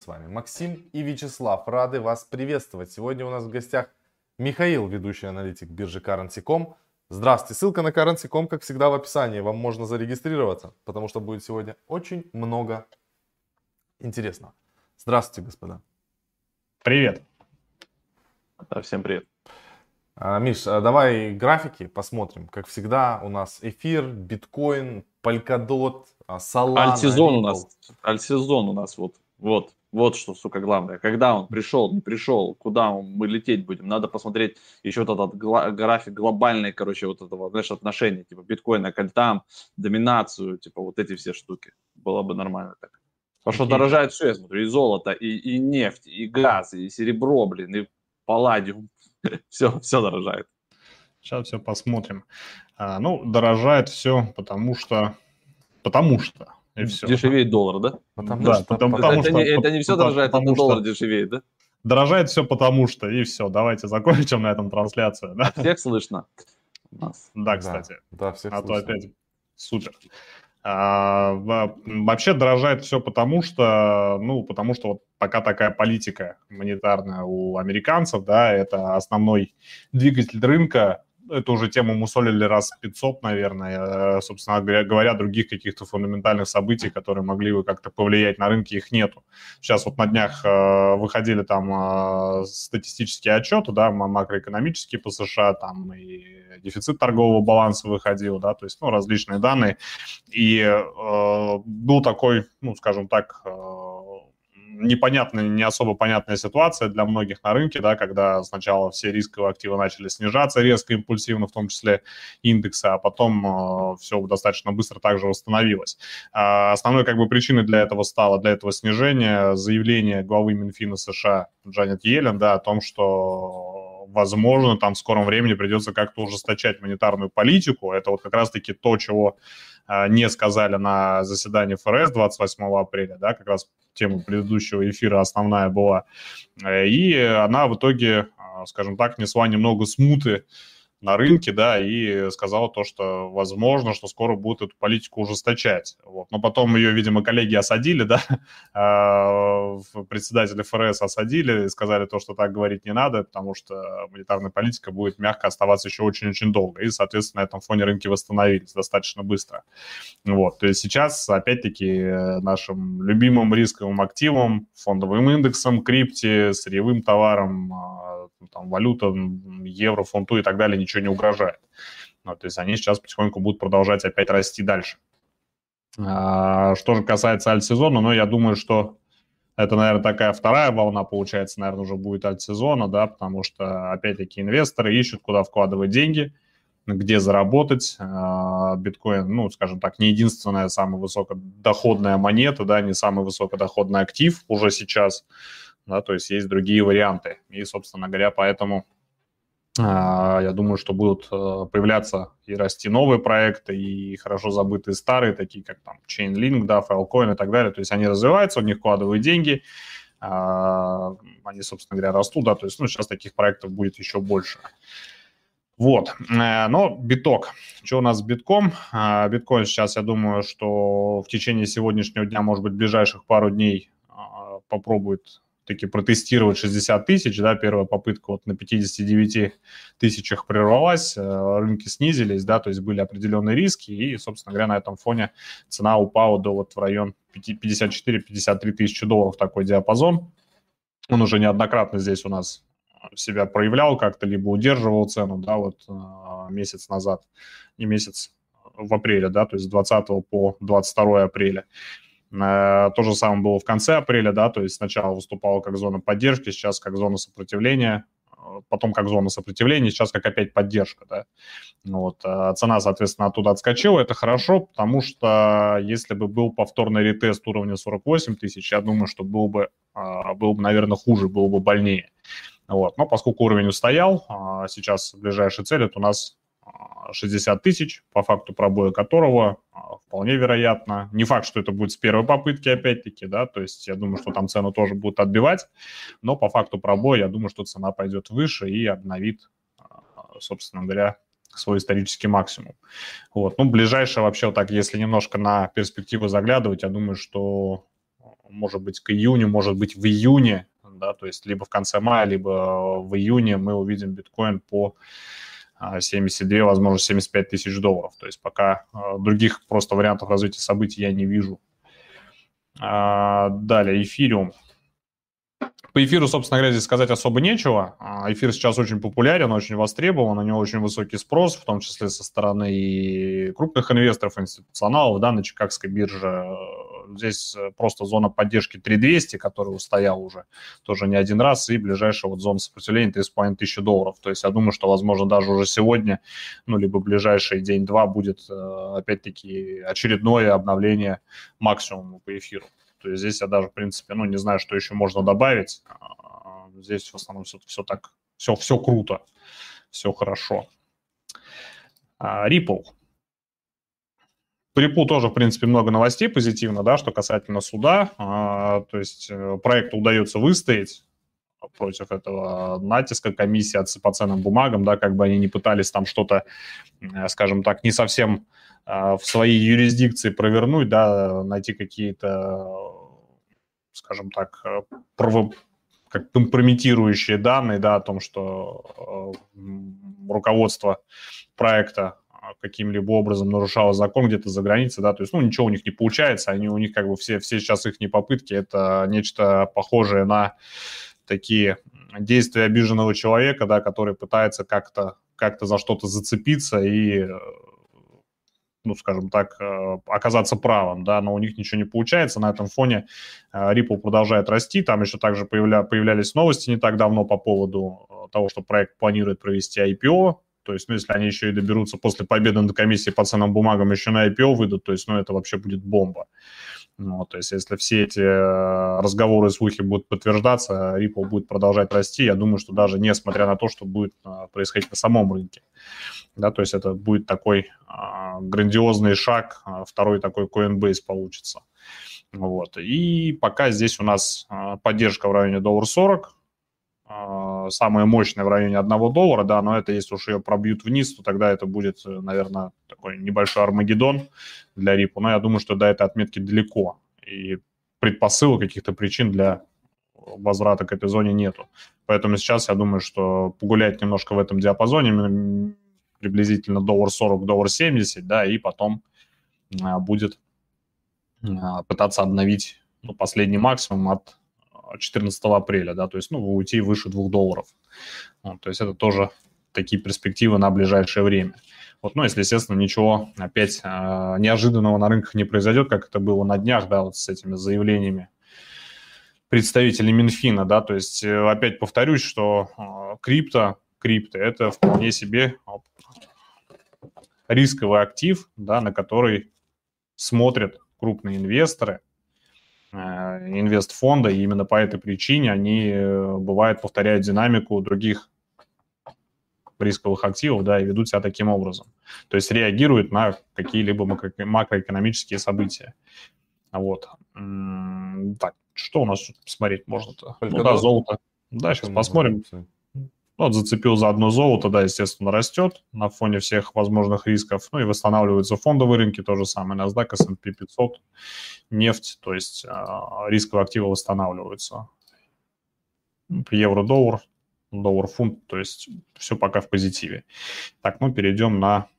с вами Максим и Вячеслав. Рады вас приветствовать. Сегодня у нас в гостях Михаил, ведущий аналитик биржи Currency.com. Здравствуйте. Ссылка на Currency.com, как всегда, в описании. Вам можно зарегистрироваться, потому что будет сегодня очень много интересного. Здравствуйте, господа. Привет. Да, всем привет. Миш, давай графики посмотрим. Как всегда, у нас эфир, биткоин, Polkadot, Solana, Альтсезон у нас вот что, сука, главное. Когда он пришел, не пришел, куда мы лететь будем. Надо посмотреть еще вот этот график глобальный, короче, вот этого, знаешь, отношения, типа биткоина к альтам, доминацию, типа вот эти все штуки. Было бы нормально так. Потому что дорожает все, я смотрю, и золото, и нефть, и газ, и серебро, блин, и палладиум. Все дорожает. Сейчас все посмотрим. Дорожает все, потому что. И все. Дешевеет доллар, да? Это не все дорожает, это доллар дешевеет, да? Дорожает все потому что, и все. Давайте закончим на этом трансляцию. Да? Всех слышно? Да, кстати. Да, всех слышно. То опять супер. Вообще дорожает все потому что вот пока такая политика монетарная у американцев, да, это основной двигатель рынка. Эту уже тему мусолили раз 500, наверное. Собственно говоря, других каких-то фундаментальных событий, которые могли бы как-то повлиять на рынки, их нету. Сейчас вот на днях выходили там статистические отчеты, да, макроэкономические по США, там и дефицит торгового баланса выходил, да, то есть, различные данные. И был такой, скажем так, непонятная, не особо понятная ситуация для многих на рынке, да, когда сначала все рисковые активы начали снижаться резко, импульсивно, в том числе индексы, а потом все достаточно быстро также восстановилось. Основной причиной для этого снижения заявление главы Минфина США Джанет Йеллен, да, о том, что возможно, там в скором времени придется как-то ужесточать монетарную политику. Это вот как раз-таки то, чего не сказали на заседании ФРС 28 апреля, да, как раз тема предыдущего эфира основная была. И она в итоге, скажем так, несла немного смуты на рынке, да, и сказала то, что возможно, что скоро будут эту политику ужесточать. Вот. Но потом ее, видимо, коллеги осадили, да, председателя ФРС осадили и сказали то, что так говорить не надо, потому что монетарная политика будет мягко оставаться еще очень-очень долго. И, соответственно, на этом фоне рынки восстановились достаточно быстро. Вот. То есть сейчас, опять-таки, нашим любимым рисковым активам, фондовым индексам, крипте, сырьевым товарам, там, валютам, евро, фунту и так далее ничего не угрожает. То есть они сейчас потихоньку будут продолжать опять расти дальше. Что же касается альтсезона, я думаю, что это, наверное, такая вторая волна, получается, наверное, уже будет альтсезона, да, потому что, опять-таки, инвесторы ищут, куда вкладывать деньги, где заработать. Биткоин, скажем так, не единственная самая высокодоходная монета, да, не самый высокодоходный актив уже сейчас, да, то есть другие варианты. И, собственно говоря, поэтому я думаю, что будут появляться и расти новые проекты, и хорошо забытые старые, такие как там Chainlink, да, Filecoin и так далее. То есть они развиваются, в них вкладывают деньги, они, собственно говоря, растут, да, то есть, сейчас таких проектов будет еще больше. Вот, но биток. Что у нас с битком? Биткоин сейчас, я думаю, что в течение сегодняшнего дня, может быть, ближайших пару дней попробует таки протестировать 60 тысяч, да, первая попытка вот на 59 тысячах прервалась, рынки снизились, да, то есть были определенные риски, и, собственно говоря, на этом фоне цена упала до в район 54-53 тысячи долларов, такой диапазон. Он уже неоднократно здесь у нас себя проявлял как-то, либо удерживал цену, да, месяц назад, не месяц, в апреле, да, то есть с 20 по 22 апреля. То же самое было в конце апреля, да, то есть сначала выступала как зона поддержки, сейчас как зона сопротивления, потом как зона сопротивления, сейчас как опять поддержка, да. Цена, соответственно, оттуда отскочила, это хорошо, потому что если бы был повторный ретест уровня 48 тысяч, я думаю, что было бы, наверное, хуже, было бы больнее. Но поскольку уровень устоял, сейчас ближайшая цель это у нас 60 тысяч, по факту пробоя которого вполне вероятно, не факт, что это будет с первой попытки опять-таки, да, то есть я думаю, что там цену тоже будут отбивать, но по факту пробоя я думаю, что цена пойдет выше и обновит, собственно говоря, свой исторический максимум. Ближайшее вообще если немножко на перспективу заглядывать, я думаю, что может быть, к июню, может быть, в июне, да, то есть либо в конце мая, либо в июне мы увидим биткоин по 72, возможно, 75 тысяч долларов. То есть пока других просто вариантов развития событий я не вижу. Далее, эфириум. По эфиру, собственно говоря, здесь сказать особо нечего. Эфир сейчас очень популярен, очень востребован, на него очень высокий спрос, в том числе со стороны и крупных инвесторов, институционалов, да, на Чикагской бирже. Здесь просто зона поддержки 3200, которая устояла уже тоже не один раз, и ближайшая вот зона сопротивления 3500 долларов. То есть я думаю, что, возможно, даже уже сегодня, ну, либо ближайший день-два будет, опять-таки, очередное обновление максимума по эфиру. То есть здесь я даже, в принципе, ну, не знаю, что еще можно добавить. Здесь в основном все так, все круто, все хорошо. Ripple. По Ripple тоже, в принципе, много новостей позитивно, да, что касательно суда. То есть проекту удается выстоять против этого натиска комиссии по ценным бумагам, да, как бы они ни пытались там что-то, скажем так, не совсем в своей юрисдикции провернуть, да, найти какие-то, скажем так, как компрометирующие данные, да, о том, что руководство проекта каким-либо образом нарушало закон где-то за границей, да, то есть, ну, ничего у них не получается, у них как бы все сейчас их попытки, это нечто похожее на такие действия обиженного человека, да, который пытается как-то за что-то зацепиться и, ну, скажем так, оказаться правым, да, но у них ничего не получается. На этом фоне Ripple продолжает расти. Там еще также появлялись новости не так давно по поводу того, что проект планирует провести IPO. То есть, ну, если они еще и доберутся после победы над комиссией по ценным бумагам, еще на IPO выйдут, то есть, ну, это вообще будет бомба. Ну, то есть, если все эти разговоры и слухи будут подтверждаться, Ripple будет продолжать расти. Я думаю, что даже несмотря на то, что будет происходить на самом рынке. Да, то есть это будет такой грандиозный шаг, второй такой Coinbase получится. Вот. И пока здесь у нас поддержка в районе $1.40, самая мощная в районе $1, да, но это если уж ее пробьют вниз, то тогда это будет, наверное, такой небольшой Армагеддон для Ripple, но я думаю, что до этой отметки далеко, и предпосылок каких-то причин для возврата к этой зоне нету. Поэтому сейчас я думаю, что погулять немножко в этом диапазоне, приблизительно $1.40, $1.70, да, и потом будет пытаться обновить, ну, последний максимум от 14 апреля, да, то есть, ну, уйти выше $2. Вот, то есть это тоже такие перспективы на ближайшее время. Вот, ну, если, естественно, ничего опять неожиданного на рынках не произойдет, как это было на днях, да, вот с этими заявлениями представителей Минфина, да, то есть опять повторюсь, что крипто это вполне себе рисковый актив, да, на который смотрят крупные инвесторы, инвестфонды, и именно по этой причине они, бывает, повторяют динамику других рисковых активов, да, и ведут себя таким образом. То есть реагируют на какие-либо макроэкономические события. Вот. Так, что у нас тут посмотреть можно-то? Ну да, золото. Да, сейчас посмотрим. Вот зацепил за одно золото, да, естественно, растет на фоне всех возможных рисков. Ну и восстанавливаются фондовые рынки, то же самое, NASDAQ, S&P 500, нефть, то есть рисковые активы восстанавливаются. Евро-доллар, доллар-фунт, то есть все пока в позитиве. Так, ну перейдем на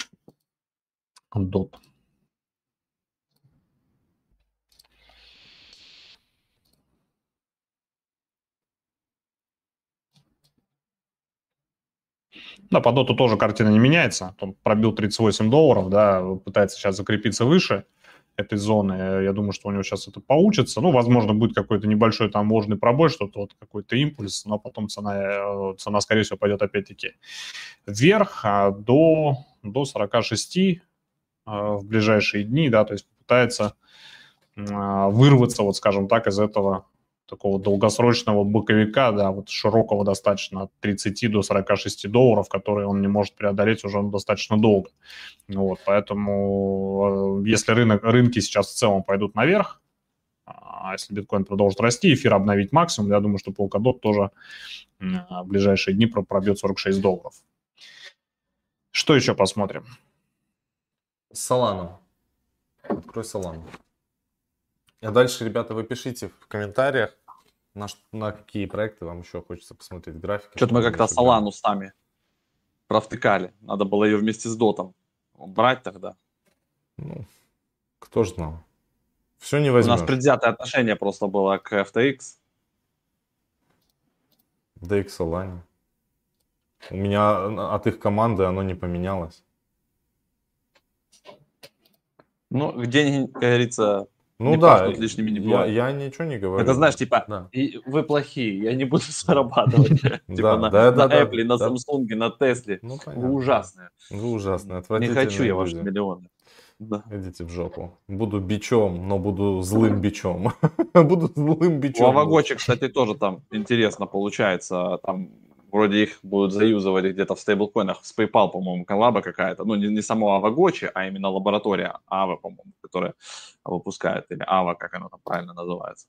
DOT. Да, по доту тоже картина не меняется. Он пробил $38, да, пытается сейчас закрепиться выше этой зоны. Я думаю, что у него сейчас это получится. Ну, возможно, будет какой-то небольшой там ложный пробой, что-то вот какой-то импульс, но потом цена, скорее всего, пойдет опять-таки вверх до 46 в ближайшие дни, да, то есть попытается вырваться, вот скажем так, из этого такого долгосрочного боковика, да, вот широкого достаточно, от 30 до $46, которые он не может преодолеть уже достаточно долго. Вот, поэтому если рынки сейчас в целом пойдут наверх, а если биткоин продолжит расти, эфир обновить максимум, я думаю, что Polkadot тоже в ближайшие дни пробьет $46. Что еще посмотрим? Solana. Открой Solana. А дальше, ребята, вы пишите в комментариях, на какие проекты вам еще хочется посмотреть графики. Что-то мы чтобы как-то еще глянуть. Солану сами провтыкали. Надо было ее вместе с Дотом брать тогда. Ну, кто ж знал. Все не У нас возьмешь. предвзятое отношение просто было к FTX. Да и к Solana. У меня от их команды оно не поменялось. Ну, деньги, как говорится, Ну не да, пахнут лишними не бывает. я ничего не говорю. Это знаешь, типа, Да. вы плохие, я не буду зарабатывать. Типа на Apple, на Samsung, на Tesla. Ну, Вы понятно. ужасные. Вы ужасные, Не отвратительные хочу я ваши люди. миллионы. Да. Идите в жопу. Буду бичом, но буду злым бичом. Буду злым У бичом. Авагочи, кстати, тоже там интересно получается. Там вроде их будут заюзывать где-то в стейблкоинах. С PayPal, по-моему, коллаба какая-то. Ну, не само Авагочи, а именно лаборатория Ава, по-моему, которая выпускает. Или Ава, как она там правильно называется.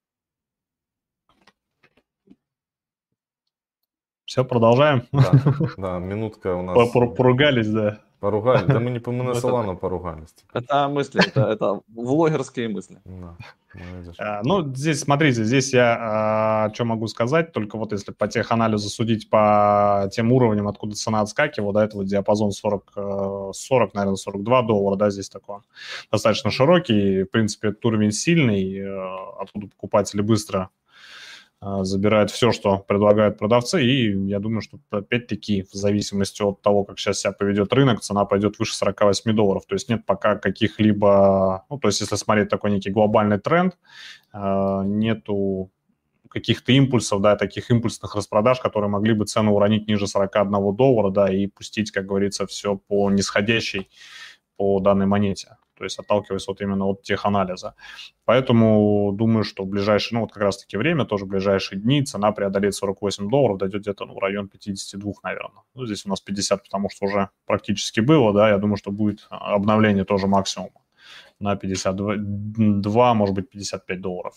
Все, продолжаем. Да, минутка у нас. Поругались, да. Поругались. Да мы на Это Солану поругались. Это мысли, это влогерские мысли. Да, видишь. Ну, здесь, смотрите, здесь я что могу сказать, только вот если по теханализу судить по тем уровням, откуда цена отскакивала, да, это вот диапазон 40, наверное, $42, да, здесь такой достаточно широкий, в принципе, этот уровень сильный, оттуда покупатели быстро забирают все, что предлагают продавцы, и я думаю, что опять-таки в зависимости от того, как сейчас себя поведет рынок, цена пойдет выше $48. То есть нет пока каких-либо, ну, то есть если смотреть такой некий глобальный тренд, нету каких-то импульсов, да, таких импульсных распродаж, которые могли бы цену уронить ниже $41, да, и пустить, как говорится, все по нисходящей по данной монете. То есть отталкиваясь вот именно от теханализа. Поэтому думаю, что в ближайшее, ну вот как раз-таки время, тоже в ближайшие дни цена преодолеет $48, дойдет где-то в район 52, наверное. Ну, здесь у нас 50, потому что уже практически было, да, я думаю, что будет обновление тоже максимума на 52, может быть, $55.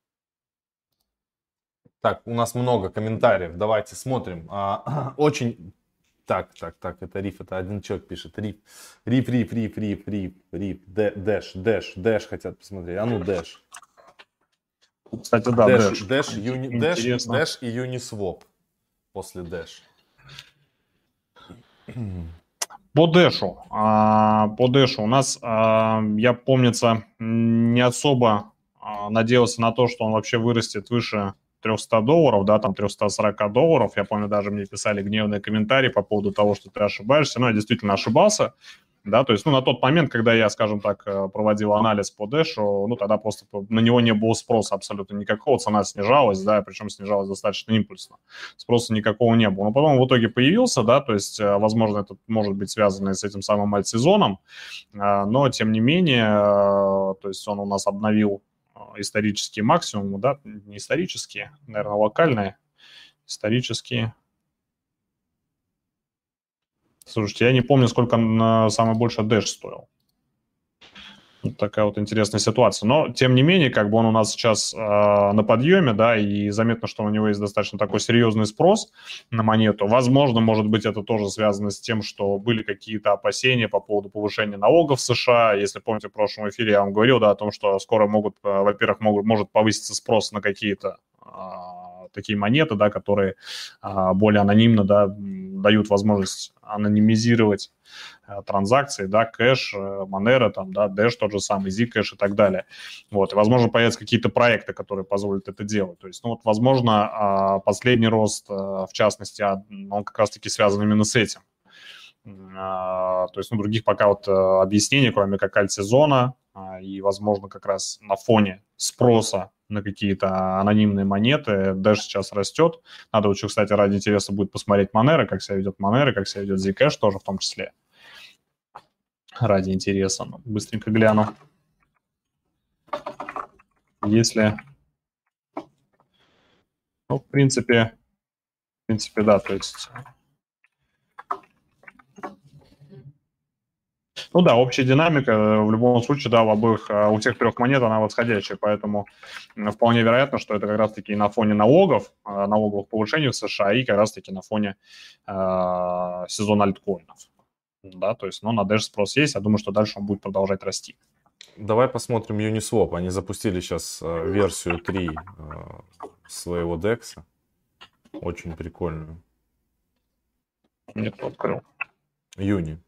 Так, у нас много комментариев, давайте смотрим. Очень... Так, это Риф, это один человек пишет. Риф, Дэш хотят посмотреть. А ну, Дэш. Кстати, да, Дэш Дэш. и Uniswap после Дэш. По Дэшу у нас, я, помнится, не особо надеялся на то, что он вообще вырастет выше $300, да, там $340. Я помню, даже мне писали гневные комментарии по поводу того, что ты ошибаешься. Но я действительно ошибался, да, то есть, ну, на тот момент, когда я, скажем так, проводил анализ по Дэшу, ну, тогда просто на него не было спроса абсолютно никакого, цена снижалась, да, причем снижалась достаточно импульсно. Спроса никакого не было. Но потом в итоге появился, да, то есть, возможно, это может быть связано с этим самым альтсезоном, но, тем не менее, то есть он у нас обновил исторические максимумы, да, не исторические, наверное, локальные, исторические. Слушайте, я не помню, сколько самый большой Дэш стоил. Вот такая вот интересная ситуация. Но, тем не менее, как бы он у нас сейчас на подъеме, да, и заметно, что у него есть достаточно такой серьезный спрос на монету. Возможно, может быть, это тоже связано с тем, что были какие-то опасения по поводу повышения налогов в США. Если помните, в прошлом эфире я вам говорил, да, о том, что скоро во-первых, может повыситься спрос на какие-то такие монеты, да, которые более анонимно, да, дают возможность анонимизировать транзакции, да, кэш, Monero, там, да, Dash тот же самый, Zcash и так далее. Вот, и, возможно, появятся какие-то проекты, которые позволят это делать. То есть, ну, вот, возможно, последний рост, в частности, он как раз-таки связан именно с этим. То есть, ну, других пока вот объяснений, кроме как альтсезона, и, возможно, как раз на фоне спроса на какие-то анонимные монеты Dash сейчас растет. Надо еще, кстати, ради интереса будет посмотреть Monero, как себя ведет Monero, как себя ведет Zcash тоже в том числе. Ради интереса. Ну, быстренько гляну. Если... Ну, в принципе, да, то есть... Ну да, общая динамика в любом случае, да, у тех трех монет она восходящая, поэтому вполне вероятно, что это как раз-таки на фоне налоговых повышений в США и как раз-таки на фоне сезона альткоинов. Да, то есть, но на Dash спрос есть, я думаю, что дальше он будет продолжать расти. Давай посмотрим Uniswap. Они запустили сейчас версию 3 своего DEX. Очень прикольную. Нет, открыл. Юни.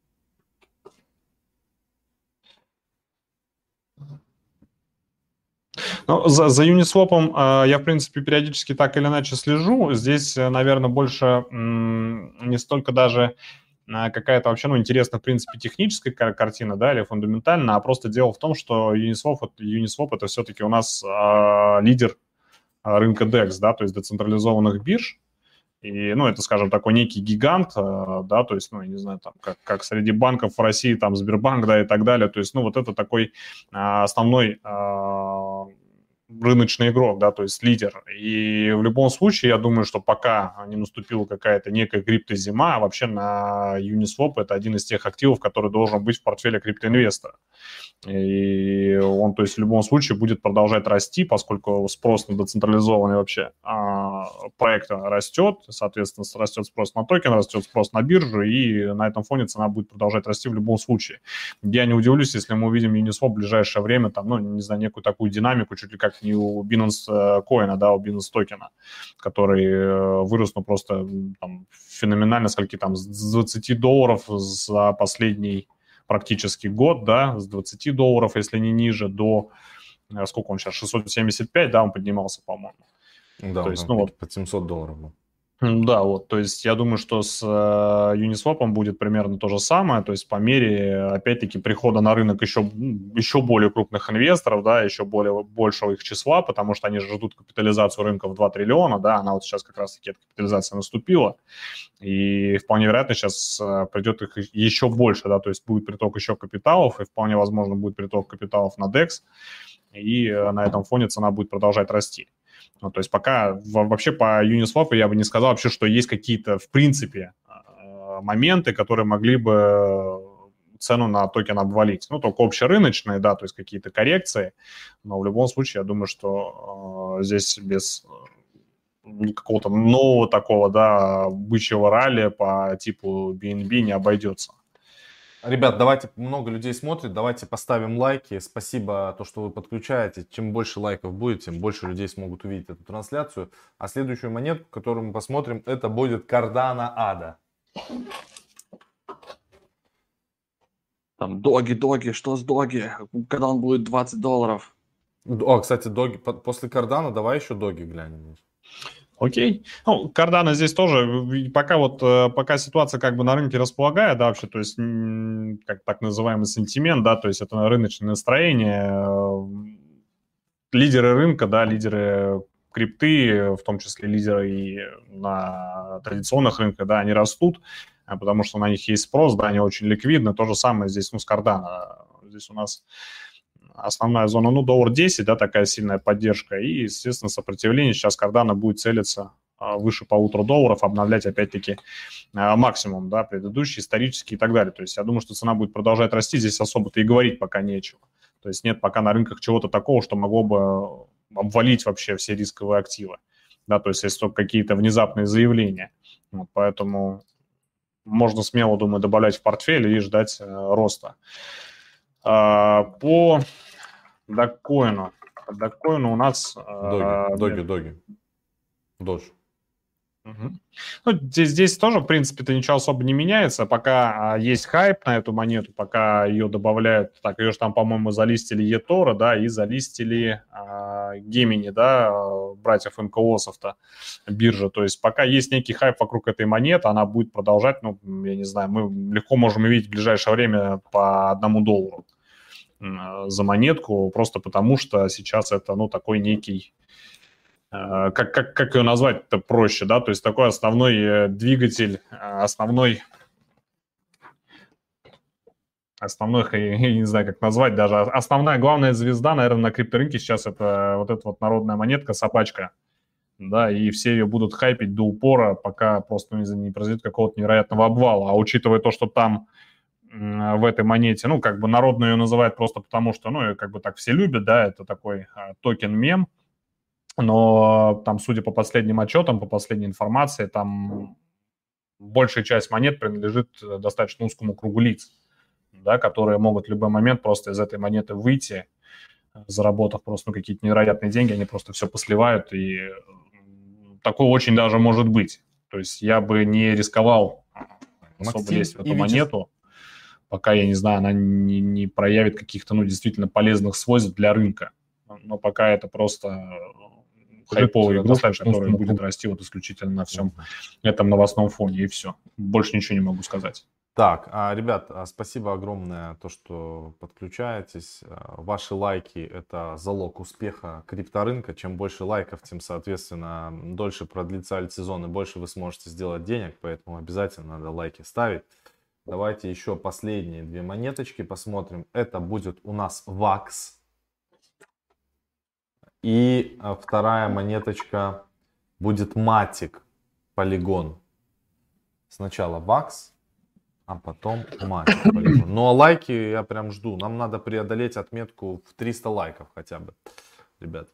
Ну, за Uniswap я, в принципе, периодически так или иначе слежу. Здесь, наверное, больше не столько даже какая-то вообще, ну, интересная, в принципе, техническая картина, да, или фундаментальная, а просто дело в том, что Uniswap это все-таки у нас лидер рынка DEX, да, то есть децентрализованных бирж. И, ну, это, скажем, такой некий гигант, да, то есть, ну, я не знаю, там, как среди банков в России, там, Сбербанк, да, и так далее. То есть, ну, вот это такой основной рыночный игрок, да, то есть лидер. И в любом случае, я думаю, что пока не наступила какая-то некая криптозима, вообще на Uniswap это один из тех активов, который должен быть в портфеле криптоинвестора. И он, то есть, в любом случае будет продолжать расти, поскольку спрос на децентрализованный вообще проект растет, соответственно, растет спрос на токен, растет спрос на биржу, и на этом фоне цена будет продолжать расти в любом случае. Я не удивлюсь, если мы увидим Uniswap в ближайшее время, там, ну, не знаю, некую такую динамику, чуть ли как не у Binance коина, да, у Binance токена, который вырос, ну, просто там, феноменально, скольки там, с $20 за последний практически год, да, с $20, если не ниже, до, сколько он сейчас, 675, да, он поднимался, по-моему. Да, то есть, ну, вот под $700 был. Да, вот, то есть я думаю, что с Uniswap будет примерно то же самое, то есть по мере, опять-таки, прихода на рынок еще более крупных инвесторов, да, еще большего их числа, потому что они же ждут капитализацию рынка в 2 триллиона, да, она вот сейчас как раз-таки, эта капитализация наступила, и вполне вероятно сейчас придет их еще больше, да, то есть будет приток еще капиталов, и вполне возможно будет приток капиталов на DEX, и на этом фоне цена будет продолжать расти. Ну, то есть пока вообще по Uniswap я бы не сказал вообще, что есть какие-то, в принципе, моменты, которые могли бы цену на токен обвалить. Ну, только общерыночные, да, то есть какие-то коррекции, но в любом случае я думаю, что здесь без какого-то нового такого, да, бычьего ралли по типу BNB не обойдется. Ребят, давайте, много людей смотрит, давайте поставим лайки. Спасибо, то, что вы подключаете. Чем больше лайков будет, тем больше людей смогут увидеть эту трансляцию. А следующую монетку, которую мы посмотрим, это будет Cardano ADA. Там доги, что с доги? Когда он будет $20? О, кстати, доги, после Cardano давай еще доги глянем. Окей. Ну, Cardano здесь тоже, пока ситуация как бы на рынке располагает, да, вообще, то есть как так называемый сентимент, да, то есть это рыночное настроение, лидеры рынка, да, лидеры крипты, в том числе лидеры и на традиционных рынках, да, они растут, потому что на них есть спрос, да, они очень ликвидны. То же самое здесь, ну, с Cardano. Здесь у нас основная зона, ну, $10, да, такая сильная поддержка, и, естественно, сопротивление. Сейчас Cardano будет целиться выше $1,5, обновлять, опять-таки, максимум, да, предыдущий, исторический и так далее. То есть я думаю, что цена будет продолжать расти, здесь особо-то и говорить пока нечего. То есть нет пока на рынках чего-то такого, что могло бы обвалить вообще все рисковые активы, да, то есть есть только какие-то внезапные заявления. Вот, поэтому можно смело, думаю, добавлять в портфель и ждать роста. По доккоину у нас... Доги. Додж. Угу. Ну, здесь тоже, в принципе-то, ничего особо не меняется. Пока есть хайп на эту монету, пока ее добавляют... Так, ее же там, по-моему, залистили eToro, да, и залистили Gemini, да, братьев НКОсов-то, биржа. То есть пока есть некий хайп вокруг этой монеты, она будет продолжать, ну, я не знаю, мы легко можем увидеть в ближайшее время по $1 за монетку, просто потому что сейчас это, ну, такой некий... Как ее назвать-то проще, да, то есть такой основной двигатель, основной, я не знаю, как назвать даже, основная, главная звезда, наверное, на крипторынке сейчас это вот эта вот народная монетка, собачка, да, и все ее будут хайпить до упора, пока просто не произойдет какого-то невероятного обвала, а учитывая то, что там в этой монете, ну, как бы народную ее называют просто потому, что, ну, как бы так все любят, да, это такой токен-мем. Но там, судя по последним отчетам, по последней информации, там большая часть монет принадлежит достаточно узкому кругу лиц. да, которые могут в любой момент просто из этой монеты выйти, заработав просто какие-то невероятные деньги, они просто все посливают, и такое очень даже может быть. То есть я бы не рисковал особо лезть в эту монету, пока, я не знаю, она не проявит каких-то, действительно полезных свойств для рынка. Но пока это просто хайповая игрушка, которая будет расти вот исключительно на всем этом новостном фоне, и все. Больше ничего не могу сказать. Так, ребят, спасибо огромное, то, что подключаетесь. Ваши лайки — это залог успеха крипторынка. Чем больше лайков, тем, соответственно, дольше продлится альтсезон и больше вы сможете сделать денег. Поэтому обязательно надо лайки ставить. Давайте еще последние две монеточки посмотрим. Это будет у нас VAX. И вторая монеточка будет Matic Polygon. Сначала VAX, а потом Matic Polygon. Ну а лайки я прям жду. Нам надо преодолеть отметку в 300 лайков хотя бы, ребят.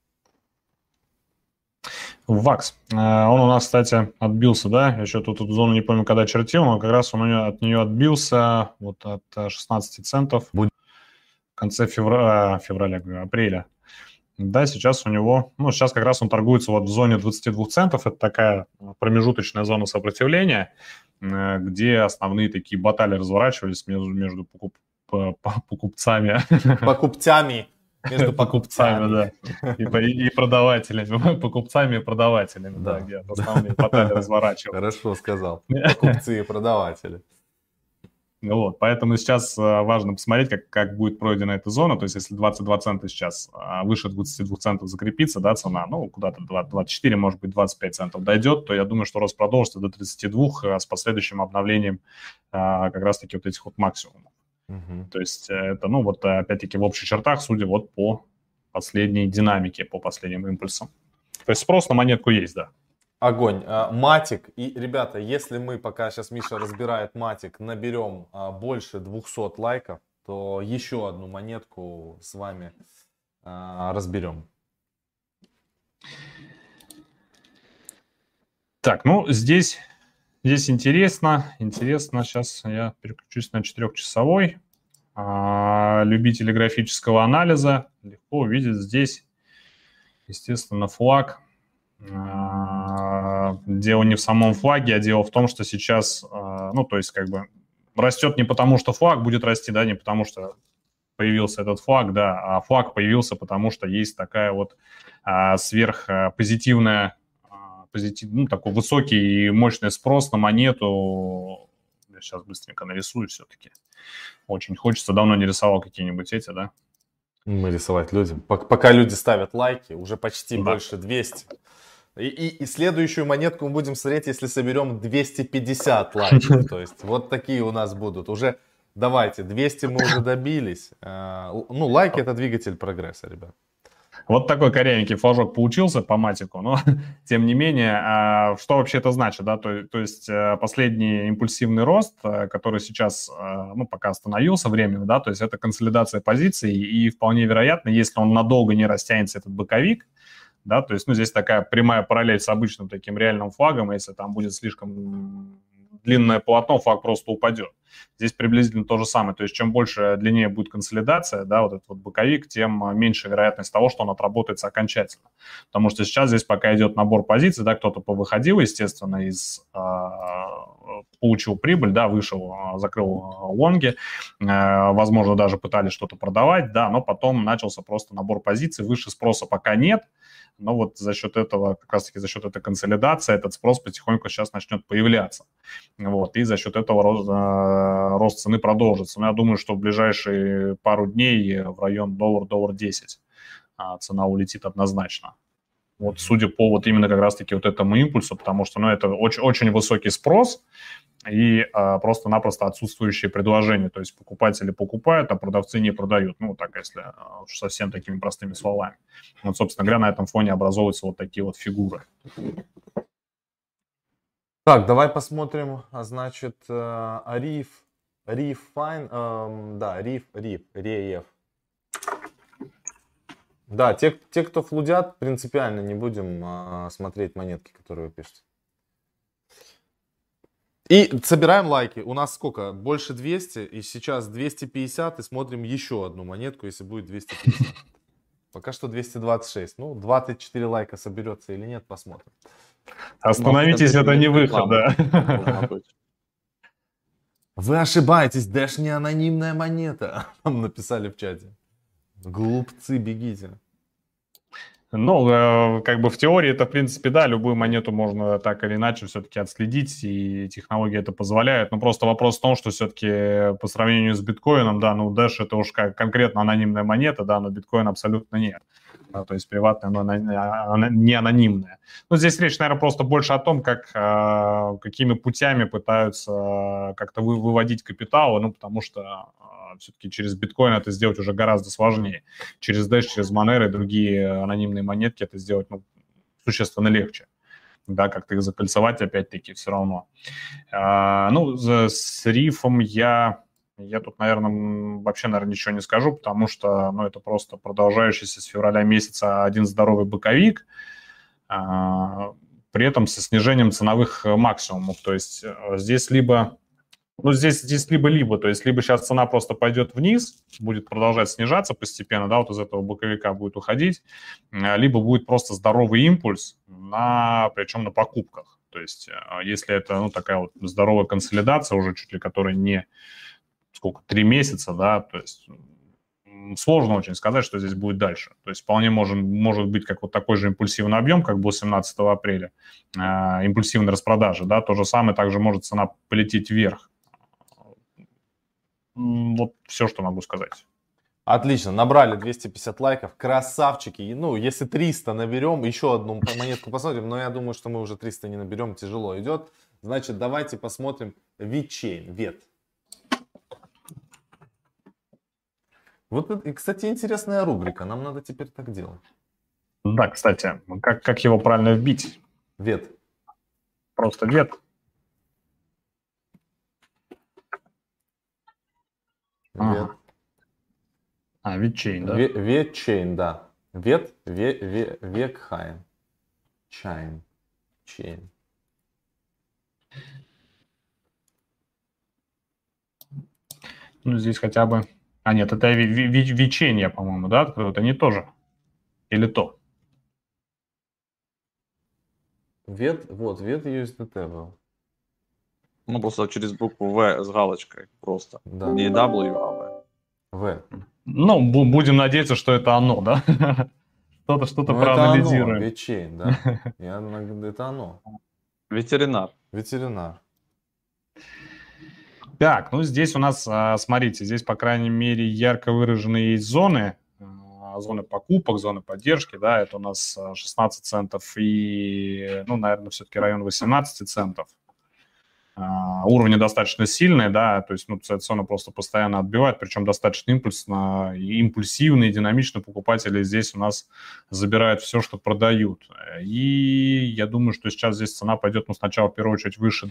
VAX. Он у нас, кстати, отбился, да? Еще тут эту зону не помню, когда чертил, но как раз он от нее отбился вот от 16 центов в конце апреля. Да, сейчас у него, сейчас как раз он торгуется вот в зоне 22 центов. Это такая промежуточная зона сопротивления, где основные такие баталии разворачивались между покупцами. Покупцами. Между покупцами, да. И продавателями. Покупцами и продавателями, да, где основные баталии разворачивались. Хорошо сказал. Покупцы и продаватели. Вот, поэтому сейчас важно посмотреть, как будет пройдена эта зона. То есть, если 22 цента сейчас выше 22 центов закрепится, да, цена, куда-то 24, может быть, 25 центов дойдет, то я думаю, что рост продолжится до 32 с последующим обновлением как раз-таки вот этих вот максимумов. То есть, это, опять-таки, в общих чертах, судя вот по последней динамике, по последним импульсам. То есть, спрос на монетку есть, да. Огонь. Матик. И, ребята, если мы, пока сейчас Миша разбирает Матик, наберем больше 200 лайков, то еще одну монетку с вами разберем. Так, здесь интересно. Сейчас я переключусь на 4-часовой. Любители графического анализа легко увидят здесь, естественно, флаг. Дело не в самом флаге, а дело в том, что сейчас, растет не потому, что флаг будет расти, да, не потому, что появился этот флаг, да, а флаг появился, потому что есть такая вот сверхпозитивная, такой высокий и мощный спрос на монету. Я сейчас быстренько нарисую все-таки. Очень хочется, давно не рисовал какие-нибудь эти, да. Мы рисовать людям. Пока люди ставят лайки, уже почти больше 200. И следующую монетку мы будем смотреть, если соберем 250 лайков. То есть вот такие у нас будут. Уже давайте, 200 мы уже добились. Лайки — это двигатель прогресса, ребят. Вот такой корявенький флажок получился по матику, но тем не менее, что вообще это значит, да? То есть последний импульсивный рост, который сейчас, пока остановился временно, да, то есть это консолидация позиций, и вполне вероятно, если он надолго не растянется, этот боковик, да, то есть, здесь такая прямая параллель с обычным таким реальным флагом, если там будет слишком длинное полотно, флаг просто упадет. Здесь приблизительно то же самое, то есть, чем больше, длиннее будет консолидация, да, вот этот вот боковик, тем меньше вероятность того, что он отработается окончательно. Потому что сейчас здесь пока идет набор позиций, да, кто-то повыходил, естественно, получил прибыль, да, вышел, закрыл лонги, возможно, даже пытались что-то продавать, да, но потом начался просто набор позиций, выше спроса пока нет, но вот за счет этого, как раз-таки за счет этой консолидации, этот спрос потихоньку сейчас начнет появляться. Вот, и за счет этого рост цены продолжится. Но я думаю, что в ближайшие пару дней в район $1.10 цена улетит однозначно. Вот судя по вот именно как раз-таки вот этому импульсу, потому что, это очень, очень высокий спрос и просто-напросто отсутствующее предложение. То есть покупатели покупают, а продавцы не продают. Так, если совсем такими простыми словами. Вот, собственно говоря, на этом фоне образовываются вот такие вот фигуры. Так, давай посмотрим, значит, Ариф Fine, да, Реф. Да, те, кто флудят, принципиально не будем смотреть монетки, которые вы пишете. И собираем лайки. У нас сколько? Больше 200, и сейчас 250, и смотрим еще одну монетку, если будет 250. Пока что 226. Ну, 24 лайка соберется или нет, посмотрим. Остановитесь, это не выход, да. Вы ошибаетесь, Dash не анонимная монета. Нам написали в чате. Глупцы, бегите. Ну, как бы в теории это, в принципе, да, любую монету можно так или иначе все-таки отследить, и технология это позволяет. Но просто вопрос в том, что все-таки по сравнению с биткоином, да, ну, Dash это уж как конкретно анонимная монета, да, но биткоин абсолютно нет. Да, то есть приватная, но она не анонимная. Но здесь речь, наверное, просто больше о том, какими путями пытаются как-то выводить капиталы, ну, потому что все-таки через биткоин это сделать уже гораздо сложнее. Через Dash, через Monero и другие анонимные монетки это сделать, ну, существенно легче. Да, как-то их закольцевать опять-таки все равно. Ну, с рифом я тут, наверное, вообще, ничего не скажу, потому что, ну, это просто продолжающийся с февраля месяца один здоровый боковик, при этом со снижением ценовых максимумов. То есть здесь либо... Ну, здесь либо-либо, то есть либо сейчас цена просто пойдет вниз, будет продолжать снижаться постепенно, да, вот из этого боковика будет уходить, либо будет просто здоровый импульс, причем на покупках. То есть если это, ну, такая вот здоровая консолидация уже чуть ли, которая не, 3 месяца, да, то есть сложно очень сказать, что здесь будет дальше. То есть вполне может быть как вот такой же импульсивный объем, как был 17 апреля, импульсивной распродажи, да, то же самое, также может цена полететь вверх. Вот все, что могу сказать. Отлично, набрали 250 лайков, красавчики. Ну, если 300 наберем, еще одну монетку посмотрим, но я думаю, что мы уже 300 не наберем, тяжело идет. Значит, давайте посмотрим VeChain, VET. Вот, и, кстати, интересная рубрика, нам надо теперь так делать. Да, кстати, как его правильно вбить? VET. Просто VET. VET. VeChain, да? VeChain, да. VET, VeChain. Chain. Ну, здесь хотя бы... А, нет, это VeChain, по-моему, да, открыл? Это не то же? Или то? VET, вот, VET USDT был. Ну, просто через букву В с галочкой просто. Да. Не W, а В. В. Ну, будем надеяться, что это оно, да? Что-то проанализируем. Это оно, VeChain, да? Это оно. Ветеринар. Так, ну здесь у нас, смотрите, здесь, по крайней мере, ярко выраженные есть зоны покупок, зоны поддержки, да, это у нас 16 центов и, ну, наверное, все-таки район 18 центов. Уровни достаточно сильные, да, то есть, ну, цену просто постоянно отбивает, причем достаточно импульсивные, динамичные покупатели здесь у нас забирают все, что продают. И я думаю, что сейчас здесь цена пойдет, ну, сначала, в первую очередь, выше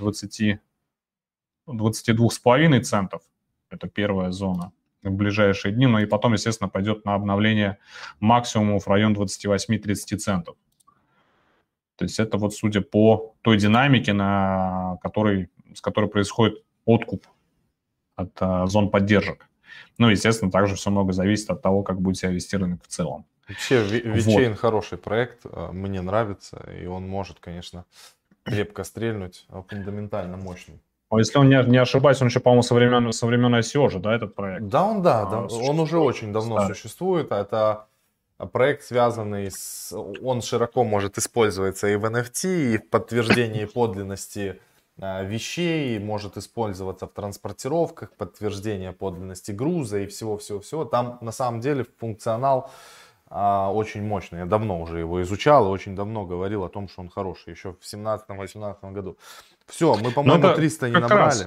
22,5 центов. Это первая зона в ближайшие дни, ну и потом, естественно, пойдет на обновление максимумов в район 28-30 центов. То есть это вот судя по той динамике, с которой происходит откуп от зон поддержек. Ну, естественно, также все много зависит от того, как будет себя вести рынок в целом. Вообще, VeChain хороший проект, мне нравится, и он может, конечно, крепко стрельнуть, фундаментально мощный. Если он не ошибаюсь, он еще, по-моему, со времен ICO же, да, этот проект? Да, он уже очень давно существует. Это проект, связанный он широко может использоваться и в NFT, и в подтверждении подлинности вещей, может использоваться в транспортировках, подтверждение подлинности груза и всего-всего-всего. Там на самом деле функционал очень мощный. Я давно уже его изучал и очень давно говорил о том, что он хороший, еще в 17-18 году. Все, мы, по-моему, 300 не набрали.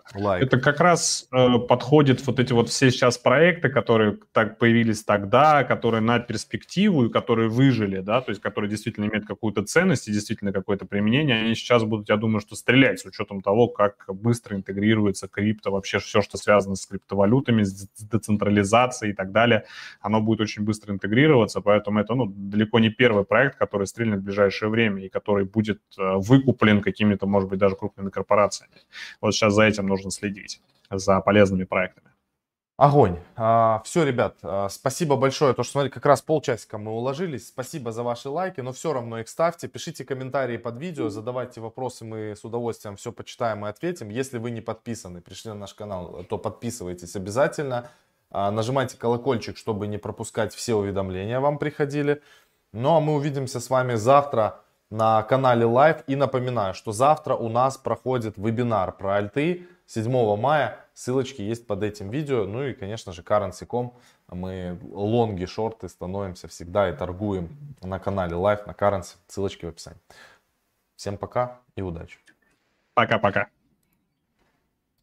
Лайк. Это как раз подходит вот эти вот все сейчас проекты, которые так появились тогда, которые на перспективу и которые выжили, да, то есть которые действительно имеют какую-то ценность и действительно какое-то применение, они сейчас будут, я думаю, что стрелять с учетом того, как быстро интегрируется крипто, вообще все, что связано с криптовалютами, с децентрализацией и так далее, оно будет очень быстро интегрироваться, поэтому это, ну, далеко не первый проект, который стрельнет в ближайшее время и который будет выкуплен какими-то, может быть, даже крупными корпорациями. Вот сейчас за этим нужно следить, за полезными проектами. Огонь. Все, ребят, спасибо большое. То, что, смотри, как раз полчасика мы уложились. Спасибо за ваши лайки, но все равно их ставьте. Пишите комментарии под видео, задавайте вопросы, мы с удовольствием все почитаем и ответим. Если вы не подписаны, пришли на наш канал, то подписывайтесь обязательно. Нажимайте колокольчик, чтобы не пропускать все уведомления вам приходили. Ну, а мы увидимся с вами завтра на канале Live. И напоминаю, что завтра у нас проходит вебинар про альты 7 мая. Ссылочки есть под этим видео. Ну и, конечно же, Currency.com. Мы лонги, шорты становимся всегда и торгуем на канале Live, на Currency. Ссылочки в описании. Всем пока и удачи. Пока-пока.